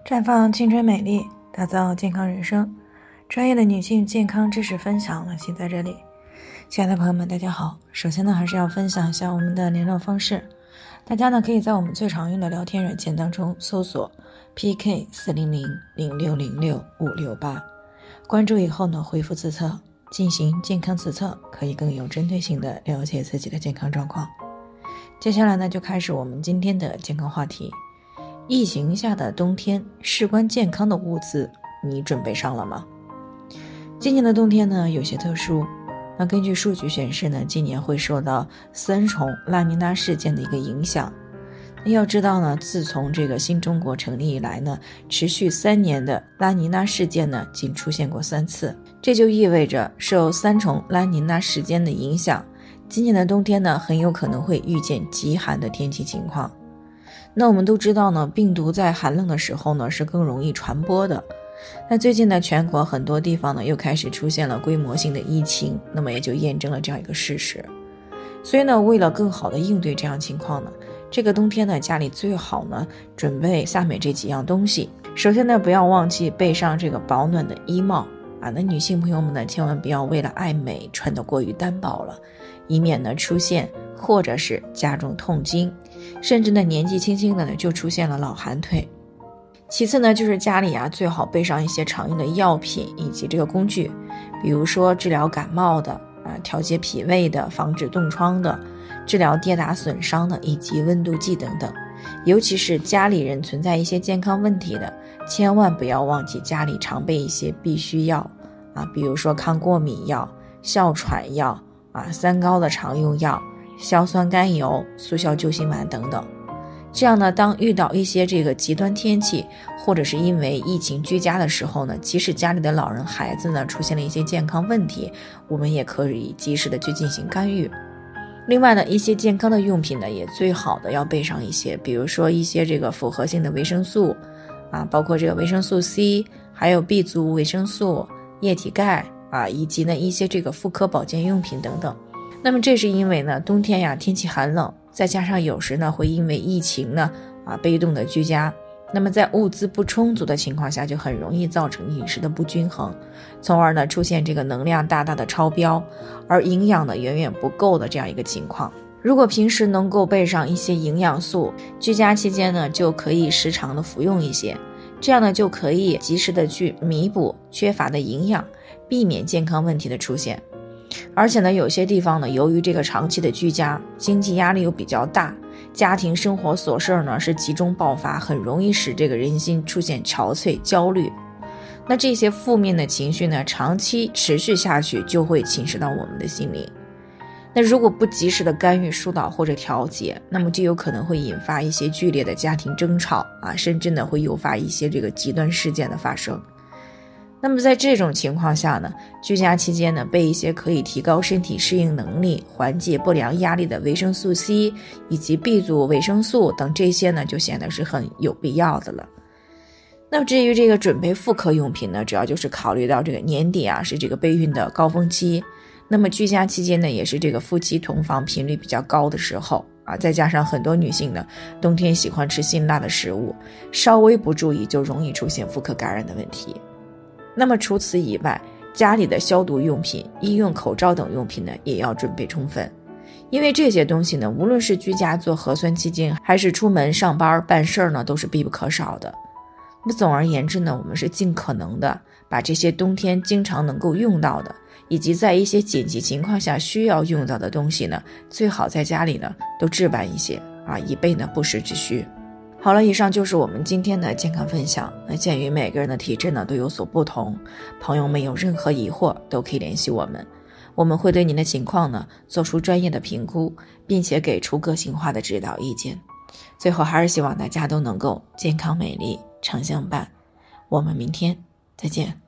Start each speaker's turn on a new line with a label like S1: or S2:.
S1: 绽放青春美丽，打造健康人生，专业的女性健康知识分享了，请在这里。亲爱的朋友们，大家好。首先呢，还是要分享一下我们的联络方式。大家呢可以在我们最常用的聊天软件当中搜索 PK4000606-568，关注以后呢回复自测，进行健康自测，可以更有针对性的了解自己的健康状况。接下来呢就开始我们今天的健康话题。疫情下的冬天，事关健康的物资，你准备上了吗？今年的冬天呢有些特殊，那根据数据显示呢，今年会受到3重拉尼娜事件的一个影响。要知道呢，自从这个新中国成立以来呢，持续3年的拉尼娜事件呢仅出现过3次，这就意味着受3重拉尼娜事件的影响，今年的冬天呢很有可能会遇见极寒的天气情况。那我们都知道呢，病毒在寒冷的时候呢是更容易传播的。那最近呢，全国很多地方呢又开始出现了规模性的疫情，那么也就验证了这样一个事实。所以呢，为了更好的应对这样情况呢，这个冬天呢，家里最好呢准备下面这几样东西。首先呢，不要忘记备上这个保暖的衣帽啊。那女性朋友们呢，千万不要为了爱美穿得过于单薄了，以免呢出现或者是加重痛经，甚至呢年纪轻轻的呢就出现了老寒腿。其次呢，就是家里最好备上一些常用的药品以及这个工具，比如说治疗感冒的调节脾胃的，防止冻疮的，治疗跌打损伤的，以及温度计等等。尤其是家里人存在一些健康问题的，千万不要忘记家里常备一些必需药比如说抗过敏药、哮喘药3高的常用药、硝酸甘油、速效救心丸等等。这样呢，当遇到一些这个极端天气，或者是因为疫情居家的时候呢，即使家里的老人孩子呢出现了一些健康问题，我们也可以及时的去进行干预。另外呢，一些健康的用品呢也最好的要备上一些，比如说一些这个复合性的维生素包括这个维生素 C， 还有 B 族维生素、液体钙以及呢一些这个妇科保健用品等等。那么这是因为呢冬天天气寒冷，再加上有时呢会因为疫情呢被动的居家，那么在物资不充足的情况下，就很容易造成饮食的不均衡，从而呢出现这个能量大大的超标，而营养呢远远不够的这样一个情况。如果平时能够备上一些营养素，居家期间呢就可以时常的服用一些，这样呢就可以及时的去弥补缺乏的营养，避免健康问题的出现。而且呢，有些地方呢，由于这个长期的居家，经济压力又比较大，家庭生活琐事呢是集中爆发，很容易使这个人心出现憔悴、焦虑。那这些负面的情绪呢，长期持续下去，就会侵蚀到我们的心灵。那如果不及时的干预、疏导或者调节，那么就有可能会引发一些剧烈的家庭争吵甚至呢会诱发一些这个极端事件的发生。那么在这种情况下呢，居家期间呢，备一些可以提高身体适应能力、缓解不良压力的维生素 C 以及 B 族维生素等，这些呢就显得是很有必要的了。那么至于这个准备妇科用品呢，主要就是考虑到这个年底是这个备孕的高峰期，那么居家期间呢，也是这个夫妻同房频率比较高的时候再加上很多女性呢冬天喜欢吃辛辣的食物，稍微不注意就容易出现妇科感染的问题。那么除此以外，家里的消毒用品、医用口罩等用品呢也要准备充分，因为这些东西呢，无论是居家做核酸期间，还是出门上班办事呢，都是必不可少的。那总而言之呢，我们是尽可能的把这些冬天经常能够用到的，以及在一些紧急情况下需要用到的东西呢，最好在家里呢都置办一些以备呢不时之需。好了，以上就是我们今天的健康分享。那鉴于每个人的体质呢都有所不同，朋友们有任何疑惑都可以联系我们，我们会对您的情况呢做出专业的评估，并且给出个性化的指导意见。最后还是希望大家都能够健康美丽常相伴。我们明天再见。